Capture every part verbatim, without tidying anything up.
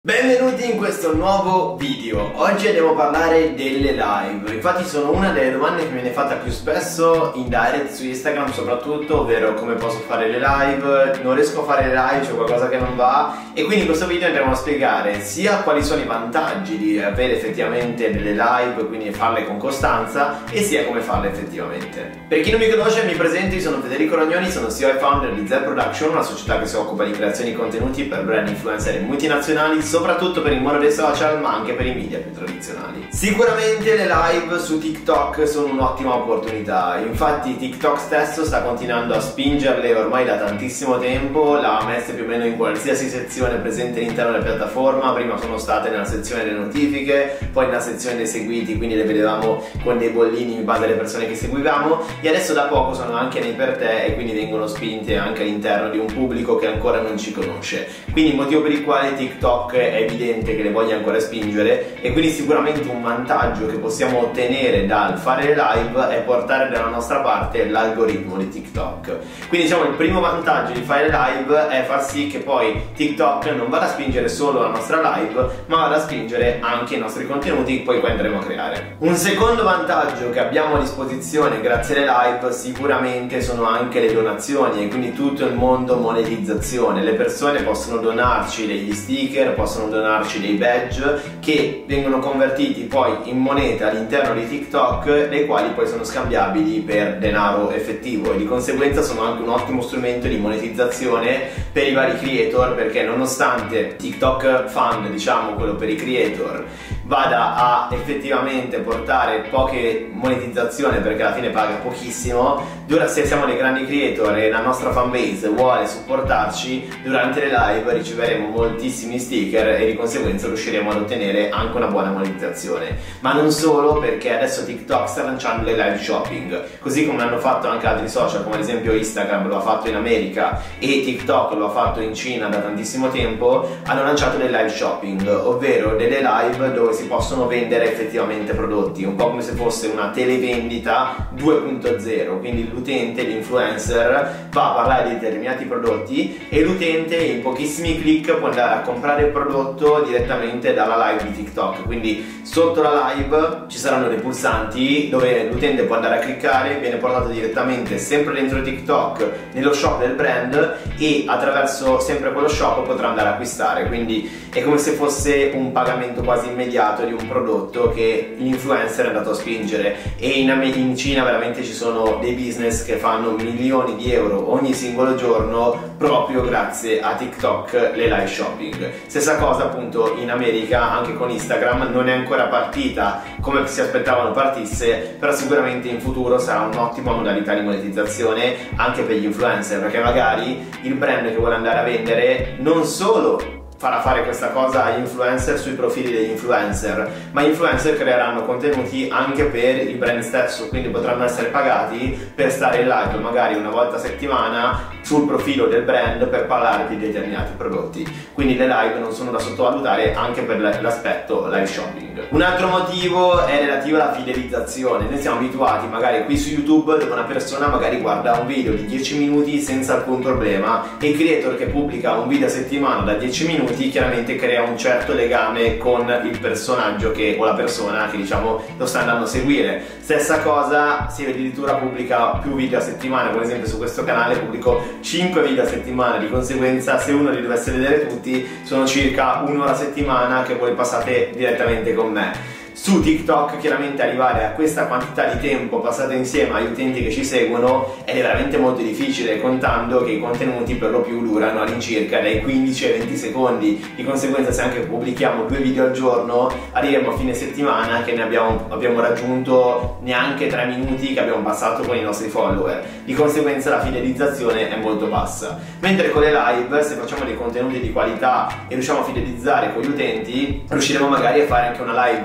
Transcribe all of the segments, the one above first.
Benvenuti in questo nuovo video. Oggi andiamo a parlare delle live. Infatti sono una delle domande che mi viene fatta più spesso in direct su Instagram soprattutto, ovvero come posso fare le live, non riesco a fare le live, c'è qualcosa che non va. E quindi in questo video andremo a spiegare sia quali sono i vantaggi di avere effettivamente delle live, quindi farle con costanza, e sia come farle effettivamente. Per chi non mi conosce, mi presento, io sono Federico Rognoni, sono C E O e founder di Zell Production, una società che si occupa di creazione di contenuti per brand influencer e multinazionali, soprattutto per il mondo dei social ma anche per i media più tradizionali. Sicuramente le live su TikTok sono un'ottima opportunità, infatti TikTok stesso sta continuando a spingerle ormai da tantissimo tempo, l'ha messa più o meno in qualsiasi sezione presente all'interno della piattaforma. Prima sono state nella sezione delle notifiche, poi nella sezione dei seguiti, quindi le vedevamo con dei bollini in base alle persone che seguivamo, e adesso da poco sono anche nei per te e quindi vengono spinte anche all'interno di un pubblico che ancora non ci conosce. Quindi il motivo per il quale TikTok è evidente che le voglia ancora spingere, e quindi sicuramente un vantaggio che possiamo ottenere dal fare le live è portare dalla nostra parte l'algoritmo di TikTok. Quindi diciamo il primo vantaggio di fare le live è far sì che poi TikTok non vada a spingere solo la nostra live, ma vada a spingere anche i nostri contenuti che poi poi andremo a creare. Un secondo vantaggio che abbiamo a disposizione grazie alle live sicuramente sono anche le donazioni, e quindi tutto il mondo monetizzazione. Le persone possono donarci degli sticker, possono donarci dei badge che vengono convertiti poi in moneta all'interno di TikTok, le quali poi sono scambiabili per denaro effettivo, e di conseguenza sono anche un ottimo strumento di monetizzazione per i vari creator, perché nonostante TikTok Fund, diciamo quello per i creator, vada a effettivamente portare poche monetizzazione perché alla fine paga pochissimo, se siamo dei grandi creator e la nostra fanbase vuole supportarci, durante le live riceveremo moltissimi sticker e di conseguenza riusciremo ad ottenere anche una buona monetizzazione. Ma non solo, perché adesso TikTok sta lanciando le live shopping, così come hanno fatto anche altri social, come ad esempio Instagram lo ha fatto in America e TikTok lo ha fatto in Cina da tantissimo tempo. Hanno lanciato le live shopping, ovvero delle live dove si possono vendere effettivamente prodotti, un po' come se fosse una televendita due punto zero, quindi l'utente, l'influencer va a parlare di determinati prodotti e l'utente in pochissimi click può andare a comprare il prodotto direttamente dalla live di TikTok. Quindi sotto la live ci saranno dei pulsanti dove l'utente può andare a cliccare, viene portato direttamente sempre dentro TikTok nello shop del brand, e attraverso sempre quello shop potrà andare a acquistare. Quindi è come se fosse un pagamento quasi immediato di un prodotto che l'influencer è andato a spingere. E in, in Cina veramente ci sono dei business che fanno milioni di euro ogni singolo giorno proprio grazie a TikTok, le live shopping. Stessa cosa appunto in America anche con Instagram, non è ancora partita come si aspettavano partisse, però sicuramente in futuro sarà un'ottima modalità di monetizzazione anche per gli influencer, perché magari il brand che vuole andare a vendere non solo farà fare questa cosa agli influencer sui profili degli influencer, ma gli influencer creeranno contenuti anche per il brand stesso, quindi potranno essere pagati per stare in live magari una volta a settimana sul profilo del brand per parlare di determinati prodotti. Quindi le live non sono da sottovalutare anche per l'aspetto live shopping. Un altro motivo è relativo alla fidelizzazione. Noi siamo abituati magari qui su YouTube dove una persona magari guarda un video di dieci minuti senza alcun problema, e il creator che pubblica un video a settimana da dieci minuti chiaramente crea un certo legame con il personaggio che, o la persona che diciamo lo sta andando a seguire. Stessa cosa se addirittura pubblica più video a settimana, per esempio su questo canale pubblico cinque video a settimana, di conseguenza se uno li dovesse vedere tutti sono circa un'ora a settimana che voi passate direttamente con me. Su TikTok chiaramente arrivare a questa quantità di tempo passato insieme agli utenti che ci seguono è veramente molto difficile, contando che i contenuti per lo più durano all'incirca dai quindici ai venti secondi. Di conseguenza se anche pubblichiamo due video al giorno arriviamo a fine settimana che ne abbiamo, abbiamo raggiunto neanche tre minuti che abbiamo passato con i nostri follower. Di conseguenza la fidelizzazione è molto bassa. Mentre con le live, se facciamo dei contenuti di qualità e riusciamo a fidelizzare con gli utenti, riusciremo magari a fare anche una live da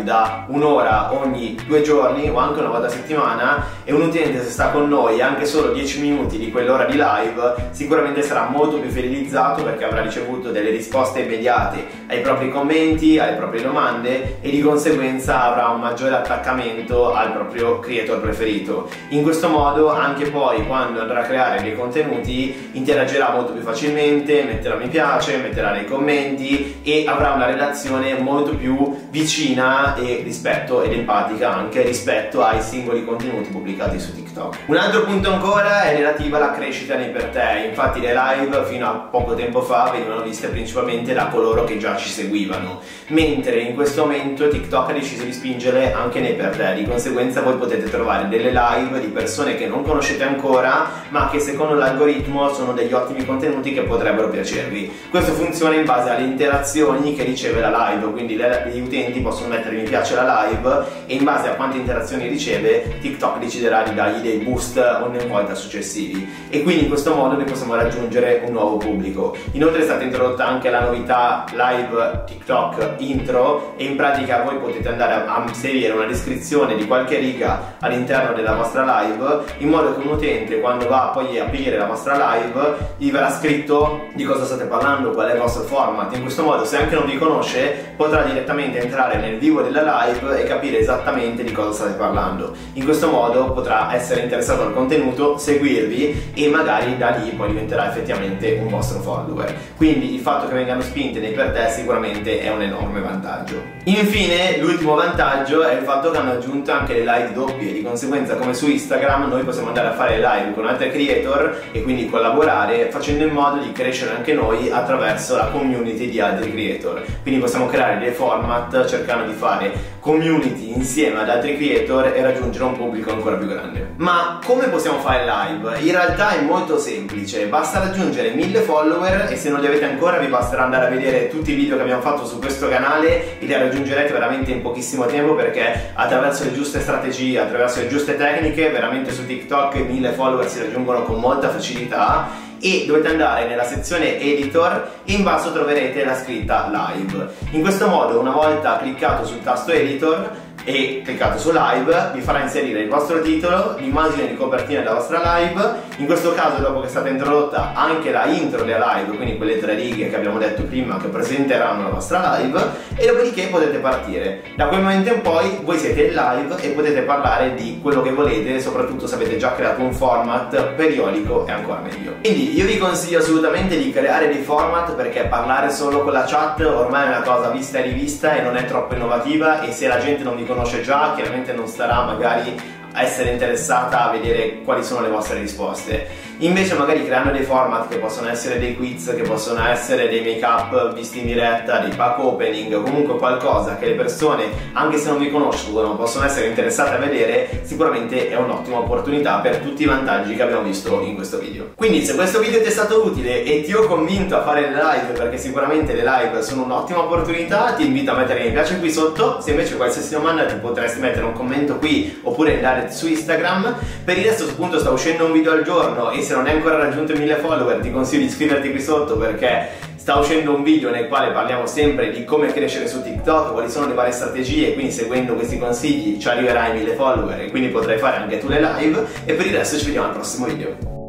un'ora ogni due giorni o anche una volta a settimana, e un utente se sta con noi anche solo dieci minuti di quell'ora di live sicuramente sarà molto più fidelizzato, perché avrà ricevuto delle risposte immediate ai propri commenti, alle proprie domande, e di conseguenza avrà un maggiore attaccamento al proprio creator preferito. In questo modo anche poi quando andrà a creare dei contenuti interagirà molto più facilmente, metterà mi piace, metterà dei commenti e avrà una relazione molto più vicina e rispetto ed empatica anche rispetto ai singoli contenuti pubblicati su TikTok. Un altro punto ancora è relativo alla crescita nei per te. Infatti le live fino a poco tempo fa venivano viste principalmente da coloro che già ci seguivano, mentre in questo momento TikTok ha deciso di spingere anche nei per te. Di conseguenza voi potete trovare delle live di persone che non conoscete ancora, ma che secondo l'algoritmo sono degli ottimi contenuti che potrebbero piacervi. Questo funziona in base alle interazioni che riceve la live, quindi le, gli utenti possono mettere mi piace alla live e in base a quante interazioni riceve TikTok deciderà di dargli dei boost ogni volta successivi, e quindi in questo modo noi possiamo raggiungere un nuovo pubblico. Inoltre è stata introdotta anche la novità live TikTok intro, e in pratica voi potete andare a inserire una descrizione di qualche riga all'interno della vostra live, in modo che un utente quando va poi a aprire la vostra live gli verrà scritto di cosa state parlando, qual è il vostro format. In questo modo, se anche non vi conosce, potrà direttamente entrare nel vivo della live e capire esattamente di cosa state parlando. In questo modo potrà essere interessato al contenuto, seguirvi e magari da lì poi diventerà effettivamente un vostro follower. Quindi il fatto che vengano spinte nei per te sicuramente è un enorme vantaggio. Infine, l'ultimo vantaggio è il fatto che hanno aggiunto anche le live doppie. Di conseguenza, come su Instagram, noi possiamo andare a fare live con altri creator e quindi collaborare, facendo in modo di crescere anche noi attraverso la community di altri creator. Quindi possiamo creare dei format cercando di fare community insieme ad altri creator e raggiungere un pubblico ancora più grande. Ma come possiamo fare live? In realtà è molto semplice, basta raggiungere mille follower, e se non li avete ancora vi basterà andare a vedere tutti i video che abbiamo fatto su questo canale e li raggiungerete veramente in pochissimo tempo, perché attraverso le giuste strategie, attraverso le giuste tecniche, veramente su TikTok mille follower si raggiungono con molta facilità. E dovete andare nella sezione editor e in basso troverete la scritta live. In questo modo, una volta cliccato sul tasto editor e cliccato su live, vi farà inserire il vostro titolo, l'immagine di copertina della vostra live. In questo caso, dopo che è stata introdotta anche la intro della live, quindi quelle tre righe che abbiamo detto prima che presenteranno la vostra live, e dopodiché potete partire. Da quel momento in poi voi siete in live e potete parlare di quello che volete, soprattutto se avete già creato un format periodico è ancora meglio. Quindi io vi consiglio assolutamente di creare dei format, perché parlare solo con la chat ormai è una cosa vista e rivista e non è troppo innovativa, e se la gente non vi conosce già chiaramente non starà magari a essere interessata a vedere quali sono le vostre risposte. Invece magari creando dei format che possono essere dei quiz, che possono essere dei make up visti in diretta, dei pack opening, o comunque qualcosa che le persone, anche se non vi conoscono, possono essere interessate a vedere, sicuramente è un'ottima opportunità per tutti i vantaggi che abbiamo visto in questo video. Quindi se questo video ti è stato utile e ti ho convinto a fare le live, perché sicuramente le live sono un'ottima opportunità, ti invito a mettere mi piace qui sotto. Se invece qualsiasi domanda ti potresti mettere un commento qui oppure andare su Instagram. Per il resto, appunto, sta uscendo un video al giorno e se non hai ancora raggiunto i mille follower ti consiglio di iscriverti qui sotto, perché sta uscendo un video nel quale parliamo sempre di come crescere su TikTok, quali sono le varie strategie, quindi seguendo questi consigli ci arriverai ai mille follower e quindi potrai fare anche tu le live. E per il resto ci vediamo al prossimo video.